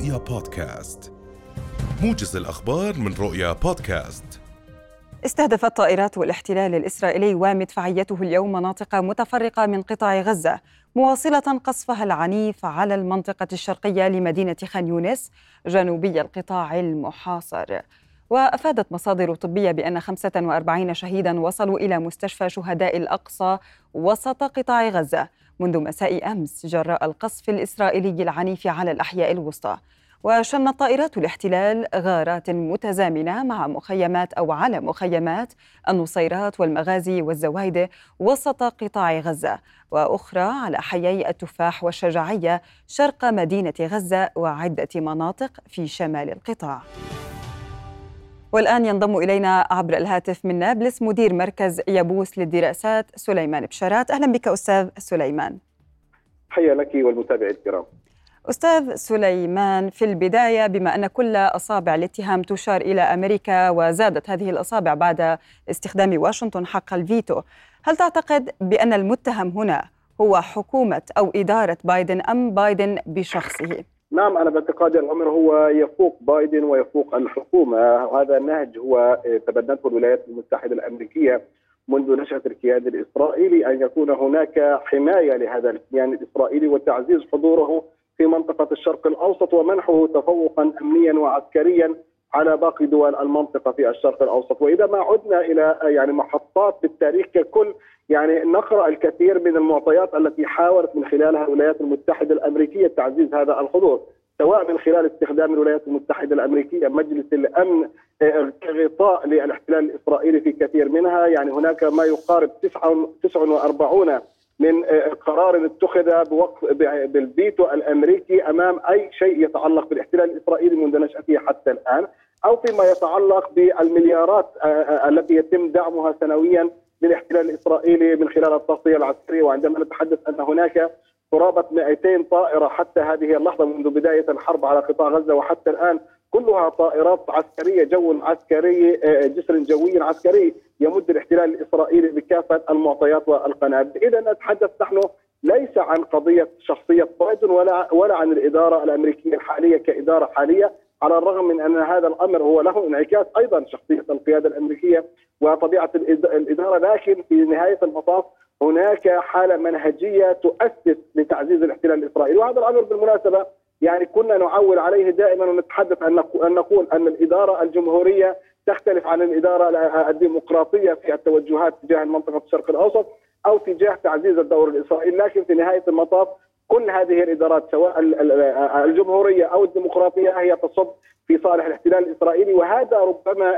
رؤيا بودكاست، موجز الأخبار من رؤيا بودكاست. استهدفت طائرات الاحتلال الإسرائيلي ومدفعيته اليوم مناطق متفرقة من قطاع غزة، مواصلة قصفها العنيف على المنطقة الشرقية لمدينة خان يونس جنوبي القطاع المحاصر. وأفادت مصادر طبية بأن 45 شهيداً وصلوا إلى مستشفى شهداء الأقصى وسط قطاع غزة منذ مساء أمس جراء القصف الإسرائيلي العنيف على الأحياء الوسطى. وشنت طائرات الاحتلال غارات متزامنة على مخيمات النصيرات والمغازي والزوايدة وسط قطاع غزة، وأخرى على حيي التفاح والشجاعية شرق مدينة غزة وعدة مناطق في شمال القطاع. والآن ينضم إلينا عبر الهاتف من نابلس مدير مركز يابوس للدراسات سليمان بشارات. أهلا بك أستاذ سليمان. تحية لك والمتابعين الكرام. أستاذ سليمان، في البداية بما أن كل أصابع الاتهام تشار إلى أمريكا وزادت هذه الأصابع بعد استخدام واشنطن حق الفيتو، هل تعتقد بأن المتهم هنا هو حكومة أو إدارة بايدن أم بايدن بشخصه؟ نعم، أنا باعتقادي الأمر هو يفوق بايدن ويفوق الحكومة، وهذا النهج هو تبنته الولايات المتحدة الأمريكية منذ نشأة الكيان الإسرائيلي، أن يكون هناك حماية لهذا الكيان الإسرائيلي وتعزيز حضوره في منطقة الشرق الأوسط ومنحه تفوقا أمنيا وعسكريا على باقي دول المنطقة في الشرق الأوسط. وإذا ما عدنا إلى محطات بالتاريخ ككل، نقرأ الكثير من المعطيات التي حاولت من خلالها الولايات المتحدة الأمريكية تعزيز هذا الحضور، سواء من خلال استخدام الولايات المتحدة الأمريكية مجلس الأمن كغطاء للاحتلال الإسرائيلي في كثير منها. هناك ما يقارب 49 من قرار اتخذ بالفيتو الأمريكي أمام أي شيء يتعلق بالاحتلال الإسرائيلي منذ نشأته حتى الآن، أو فيما يتعلق بالمليارات التي يتم دعمها سنويا للاحتلال الإسرائيلي من خلال التغطية العسكرية. وعندما نتحدث أن هناك قرابة 200 طائرة حتى هذه اللحظة منذ بداية الحرب على قطاع غزة وحتى الآن، كلها طائرات عسكرية، جو عسكري، جسر جوي عسكري يمد الاحتلال الإسرائيلي بكافة المعطيات والقنابل. إذا نتحدث نحن ليس عن قضية شخصية بايدن ولا عن الإدارة الأمريكية الحالية كإدارة حالية، على الرغم من أن هذا الأمر هو له انعكاس أيضا شخصية القيادة الأمريكية وطبيعة الإدارة، لكن في نهاية المطاف هناك حالة منهجية تؤسس لتعزيز الاحتلال الإسرائيلي. وهذا الأمر بالمناسبة كنا نعول عليه دائما ونتحدث أن نقول أن الإدارة الجمهورية تختلف عن الإدارة الديمقراطية في التوجهات تجاه منطقة الشرق الأوسط أو تجاه تعزيز الدور الإسرائيلي، لكن في نهاية المطاف كل هذه الإدارات سواء الجمهورية أو الديمقراطية هي تصب في صالح الاحتلال الإسرائيلي. وهذا ربما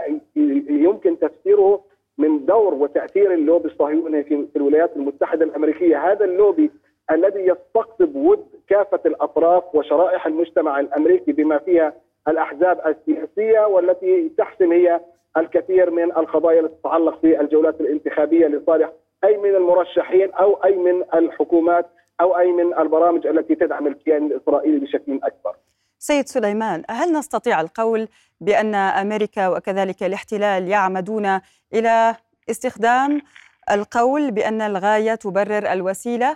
يمكن تفسيره من دور وتأثير اللوبي الصهيوني في الولايات المتحدة الأمريكية، هذا اللوبي الذي يستقطب ود كافة الأطراف وشرائح المجتمع الأمريكي بما فيها الأحزاب السياسية، والتي تحسم هي الكثير من القضايا التي تتعلق في الجولات الانتخابية لصالح أي من المرشحين أو أي من الحكومات أو أي من البرامج التي تدعم الكيان الإسرائيلي بشكل أكبر. سيد سليمان، هل نستطيع القول بأن أمريكا وكذلك الاحتلال يعمدون إلى استخدام القول بأن الغاية تبرر الوسيلة؟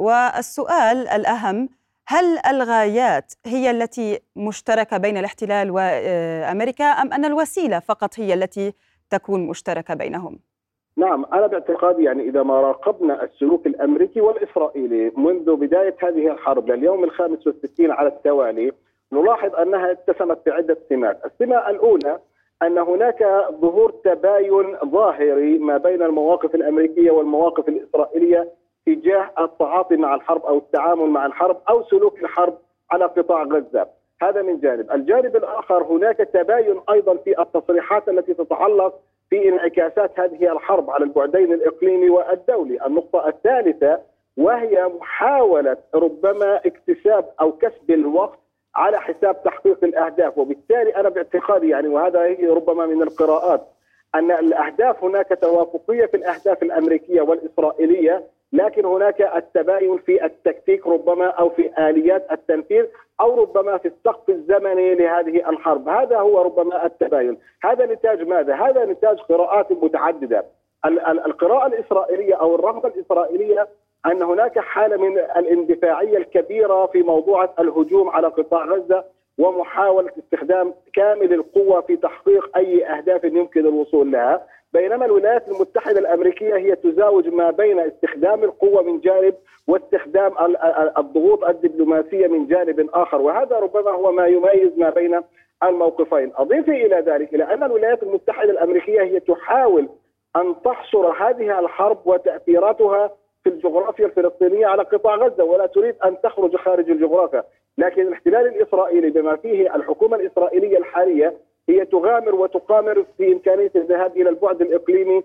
والسؤال الأهم، هل الغايات هي التي مشتركة بين الاحتلال وأمريكا أم أن الوسيلة فقط هي التي تكون مشتركة بينهم؟ نعم، أنا باعتقادي إذا ما راقبنا السلوك الأمريكي والإسرائيلي منذ بداية هذه الحرب لليوم 65 على التوالي، نلاحظ أنها اتسمت بعدة سمات. السمة الأولى أن هناك ظهور تباين ظاهري ما بين المواقف الأمريكية والمواقف الإسرائيلية تجاه التعاطي مع الحرب أو التعامل مع الحرب أو سلوك الحرب على قطاع غزة. هذا من جانب. الجانب الآخر هناك تباين أيضا في التصريحات التي تتعلق في انعكاسات هذه الحرب على البعدين الإقليمي والدولي. النقطة الثالثة وهي محاولة ربما اكتساب أو كسب الوقت على حساب تحقيق الأهداف. وبالتالي أنا باعتقادي وهذا هي ربما من القراءات أن الأهداف هناك توافقية في الأهداف الأمريكية والإسرائيلية، لكن هناك التباين في التكتيك ربما أو في آليات التنفيذ أو ربما في السقف الزمني لهذه الحرب. هذا هو ربما التباين. هذا نتاج ماذا؟ هذا نتاج قراءات متعددة. القراءة الإسرائيلية أو الرغبة الإسرائيلية أن هناك حالة من الاندفاعية الكبيرة في موضوع الهجوم على قطاع غزة ومحاولة استخدام كامل القوة في تحقيق أي أهداف يمكن الوصول لها، بينما الولايات المتحدة الأمريكية هي تزاوج ما بين استخدام القوة من جانب واستخدام الضغوط الدبلوماسية من جانب آخر، وهذا ربما هو ما يميز ما بين الموقفين. أضيفي إلى ذلك إلى أن الولايات المتحدة الأمريكية هي تحاول أن تحصر هذه الحرب وتأثيراتها في الجغرافيا الفلسطينية على قطاع غزة، ولا تريد أن تخرج خارج الجغرافيا. لكن الاحتلال الإسرائيلي بما فيه الحكومة الإسرائيلية الحالية هي تغامر وتقامر في إمكانية الذهاب إلى البعد الإقليمي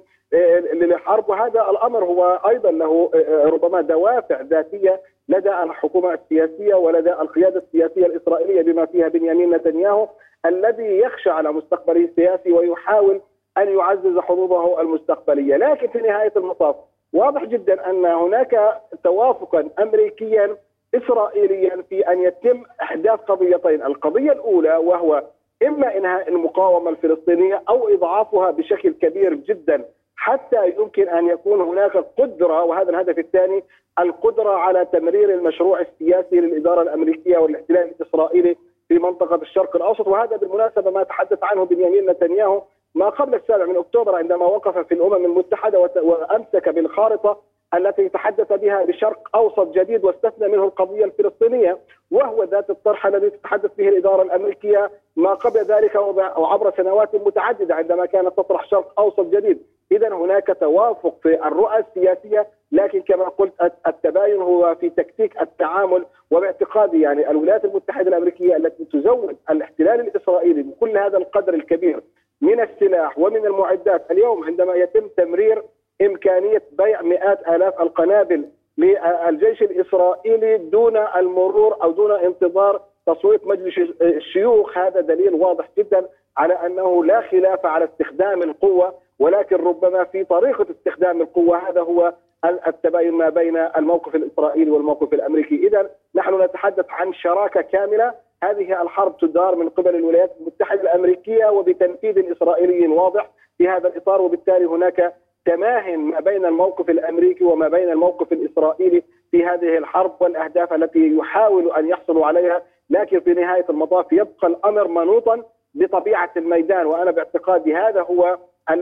للحرب، وهذا الأمر هو أيضا له ربما دوافع ذاتية لدى الحكومة السياسية ولدى القيادة السياسية الإسرائيلية بما فيها بنيامين نتنياهو، الذي يخشى على مستقبله السياسي ويحاول أن يعزز حظوظه المستقبلية. لكن في نهاية المطاف واضح جدا أن هناك توافقا أمريكيا إسرائيليا في أن يتم إحداث قضيتين. القضية الأولى وهو إما إنهاء المقاومة الفلسطينية أو إضعافها بشكل كبير جدا حتى يمكن أن يكون هناك قدرة، وهذا الهدف الثاني، القدرة على تمرير المشروع السياسي للإدارة الأمريكية والاحتلال الإسرائيلي في منطقة الشرق الأوسط. وهذا بالمناسبة ما تحدث عنه بنيامين نتنياهو ما قبل 7 أكتوبر عندما وقف في الأمم المتحدة وأمسك بالخارطة التي تحدث بها بشرق أوسط جديد واستثنى منه القضية الفلسطينية، وهو ذات الطرح الذي تتحدث به الإدارة الأمريكية ما قبل ذلك أو عبر سنوات متعددة عندما كانت تطرح شرق أوسط جديد. إذن هناك توافق في الرؤى السياسية، لكن كما قلت التباين هو في تكتيك التعامل. وباعتقادي يعني الولايات المتحدة الأمريكية التي تزود الاحتلال الإسرائيلي بكل هذا القدر الكبير من السلاح ومن المعدات اليوم، عندما يتم تمرير إمكانية بيع مئات آلاف القنابل للجيش الإسرائيلي دون المرور أو دون انتظار تصويت مجلس الشيوخ، هذا دليل واضح جدا على أنه لا خلاف على استخدام القوة، ولكن ربما في طريقة استخدام القوة. هذا هو التباين ما بين الموقف الإسرائيلي والموقف الأمريكي. إذن نحن نتحدث عن شراكة كاملة. هذه الحرب تدار من قبل الولايات المتحدة الأمريكية وبتنفيذ إسرائيلي واضح في هذا الإطار، وبالتالي هناك تماهٍ ما بين الموقف الأمريكي وما بين الموقف الإسرائيلي في هذه الحرب والأهداف التي يحاول أن يحصلوا عليها. لكن في نهاية المطاف يبقى الأمر منوطا بطبيعة الميدان، وأنا باعتقادي هذا هو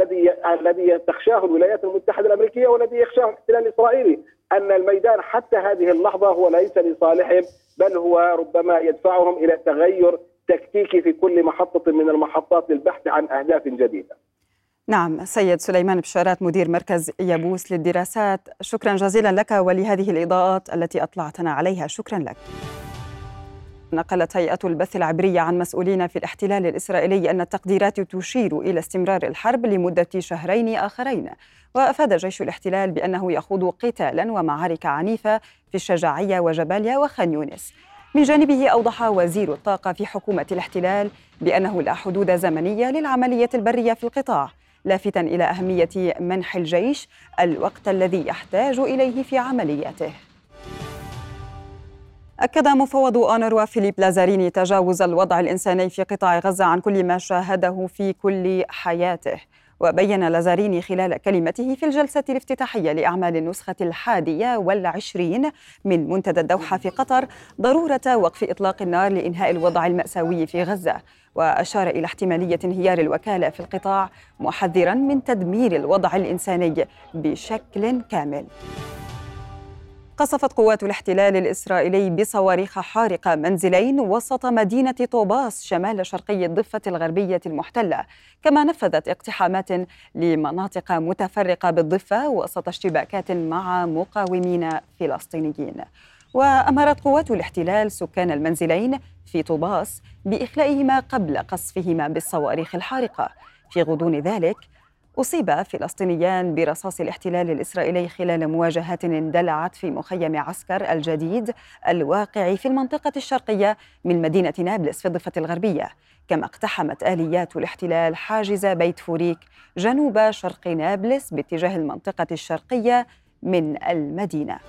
الذي تخشاه الولايات المتحدة الأمريكية والذي يخشاه الاحتلال الإسرائيلي، أن الميدان حتى هذه اللحظة هو ليس لصالحهم، بل هو ربما يدفعهم إلى تغير تكتيكي في كل محطة من المحطات للبحث عن أهداف جديدة. نعم، سيد سليمان بشارات مدير مركز يابوس للدراسات، شكرا جزيلا لك ولهذه الإضاءات التي أطلعتنا عليها. شكرا لك. نقلت هيئة البث العبرية عن مسؤولين في الاحتلال الإسرائيلي أن التقديرات تشير إلى استمرار الحرب لمدة 2 شهرين آخرين. وأفاد جيش الاحتلال بأنه يخوض قتالا ومعارك عنيفة في الشجاعية وجباليا وخان يونس. من جانبه أوضح وزير الطاقة في حكومة الاحتلال بأنه لا حدود زمنية للعملية البرية في القطاع، لافتا إلى أهمية منح الجيش الوقت الذي يحتاج إليه في عملياته. أكد مفوض أونروا فيليب لازاريني تجاوز الوضع الإنساني في قطاع غزة عن كل ما شاهده في كل حياته. وبين لازاريني خلال كلمته في الجلسة الافتتاحية لأعمال النسخة 21 من منتدى الدوحة في قطر ضرورة وقف إطلاق النار لإنهاء الوضع المأساوي في غزة، وأشار إلى احتمالية انهيار الوكالة في القطاع، محذرا من تدمير الوضع الإنساني بشكل كامل. قصفت قوات الاحتلال الإسرائيلي بصواريخ حارقة منزلين وسط مدينة طوباس شمال شرقي الضفة الغربية المحتلة، كما نفذت اقتحامات لمناطق متفرقة بالضفة وسط اشتباكات مع مقاومين فلسطينيين. وأمرت قوات الاحتلال سكان المنزلين في طوباس بإخلائهما قبل قصفهما بالصواريخ الحارقة. في غضون ذلك أصيب فلسطينيان برصاص الاحتلال الإسرائيلي خلال مواجهات اندلعت في مخيم عسكر الجديد الواقع في المنطقة الشرقية من مدينة نابلس في الضفة الغربية. كما اقتحمت آليات الاحتلال حاجز بيت فوريك جنوب شرق نابلس باتجاه المنطقة الشرقية من المدينة.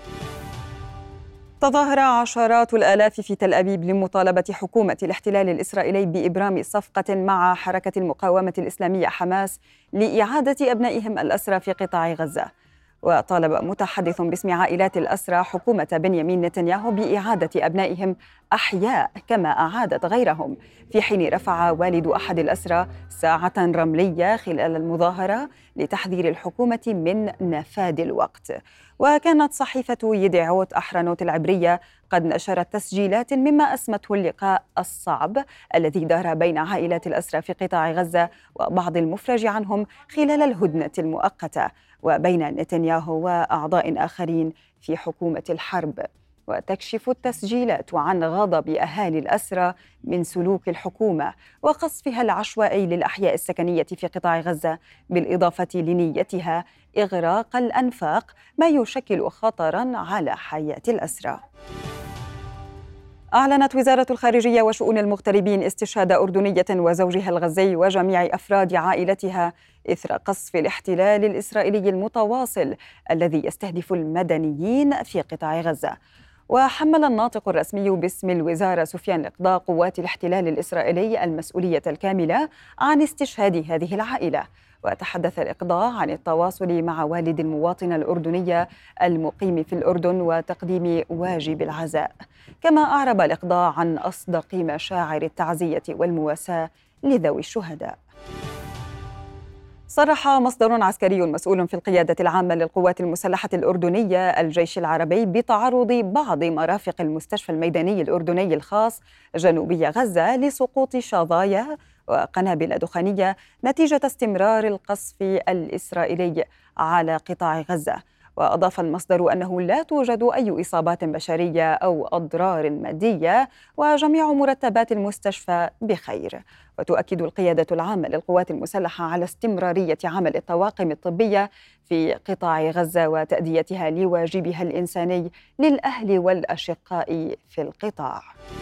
تظاهر عشرات الآلاف في تل أبيب لمطالبة حكومة الاحتلال الإسرائيلي بإبرام صفقة مع حركة المقاومة الإسلامية حماس لإعادة أبنائهم الأسرى في قطاع غزة. وطالب متحدث باسم عائلات الأسرى حكومة بنيامين نتنياهو بإعادة أبنائهم أحياء كما أعادت غيرهم، في حين رفع والد أحد الأسرى ساعة رملية خلال المظاهرة لتحذير الحكومة من نفاد الوقت. وكانت صحيفة يدعوت أحرنوت العبرية قد نشرت تسجيلات مما أسمته اللقاء الصعب الذي دار بين عائلات الأسرى في قطاع غزة وبعض المفرج عنهم خلال الهدنة المؤقتة، وبين نتنياهو وأعضاء آخرين في حكومة الحرب. وتكشف التسجيلات عن غضب أهالي الأسرى من سلوك الحكومة وقصفها العشوائي للأحياء السكنية في قطاع غزة، بالإضافة لنيتها إغراق الأنفاق، ما يشكل خطراً على حياة الأسرى. أعلنت وزارة الخارجية وشؤون المغتربين استشهاد أردنية وزوجها الغزي وجميع أفراد عائلتها إثر قصف الاحتلال الإسرائيلي المتواصل الذي يستهدف المدنيين في قطاع غزة. وحمل الناطق الرسمي باسم الوزارة سفيان الإقضاء قوات الاحتلال الإسرائيلي المسؤولية الكاملة عن استشهاد هذه العائلة. وتحدث الإقضاء عن التواصل مع والد المواطنة الأردنية المقيم في الأردن وتقديم واجب العزاء، كما أعرب الإقضاء عن أصدق مشاعر التعزية والمواساة لذوي الشهداء. صرح مصدر عسكري مسؤول في القيادة العامة للقوات المسلحة الأردنية الجيش العربي بتعرض بعض مرافق المستشفى الميداني الأردني الخاص جنوبي غزة لسقوط شظايا وقنابل دخانية نتيجة استمرار القصف الإسرائيلي على قطاع غزة. وأضاف المصدر أنه لا توجد أي إصابات بشرية أو أضرار مادية، وجميع مرتبات المستشفى بخير. وتؤكد القيادة العامة للقوات المسلحة على استمرارية عمل الطواقم الطبية في قطاع غزة وتأديتها لواجبها الإنساني للأهل والأشقاء في القطاع.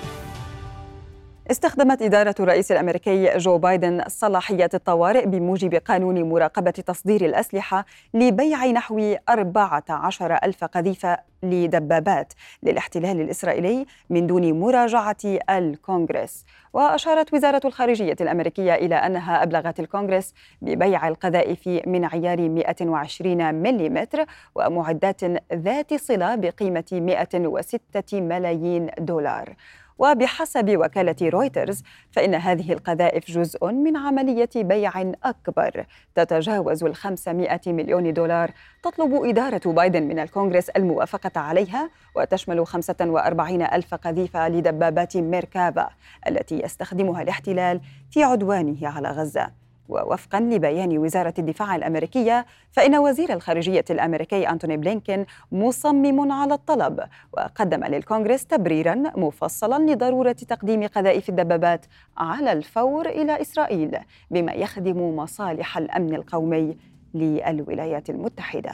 استخدمت إدارة الرئيس الأمريكي جو بايدن صلاحيات الطوارئ بموجب قانون مراقبة تصدير الأسلحة لبيع نحو 14,000 قذيفة لدبابات للاحتلال الإسرائيلي من دون مراجعة الكونغرس. وأشارت وزارة الخارجية الأمريكية إلى أنها أبلغت الكونغرس ببيع القذائف من عيار 120 ملم ومعدات ذات صلة بقيمة 106 ملايين دولار. وبحسب وكالة رويترز فإن هذه القذائف جزء من عملية بيع أكبر تتجاوز 500 مليون دولار تطلب إدارة بايدن من الكونغرس الموافقة عليها، وتشمل 45,000 قذيفة لدبابات ميركافا التي يستخدمها الاحتلال في عدوانه على غزة. ووفقاً لبيان وزارة الدفاع الأمريكية فإن وزير الخارجية الأمريكي أنتوني بلينكين مصمم على الطلب، وقدم للكونغرس تبريراً مفصلاً لضرورة تقديم قذائف الدبابات على الفور إلى إسرائيل بما يخدم مصالح الأمن القومي للولايات المتحدة.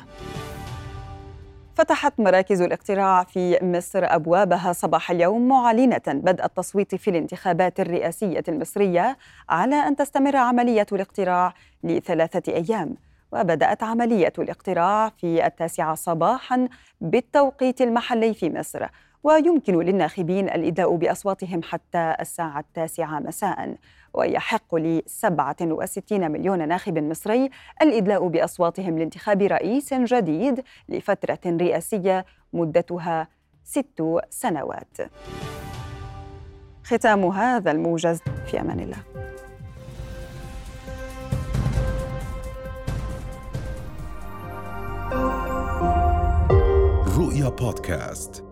فتحت مراكز الاقتراع في مصر أبوابها صباح اليوم معلنة بدء التصويت في الانتخابات الرئاسية المصرية على أن تستمر عملية الاقتراع ل3 أيام. وبدأت عملية الاقتراع في 9 صباحاً بالتوقيت المحلي في مصر، ويمكن للناخبين الإدلاء بأصواتهم حتى الساعة 9 مساءً. ويحق ل67 مليون ناخب مصري الإدلاء بأصواتهم لانتخاب رئيس جديد لفترة رئاسية مدتها 6 سنوات. ختام هذا الموجز، في أمان الله. رؤيا بودكاست.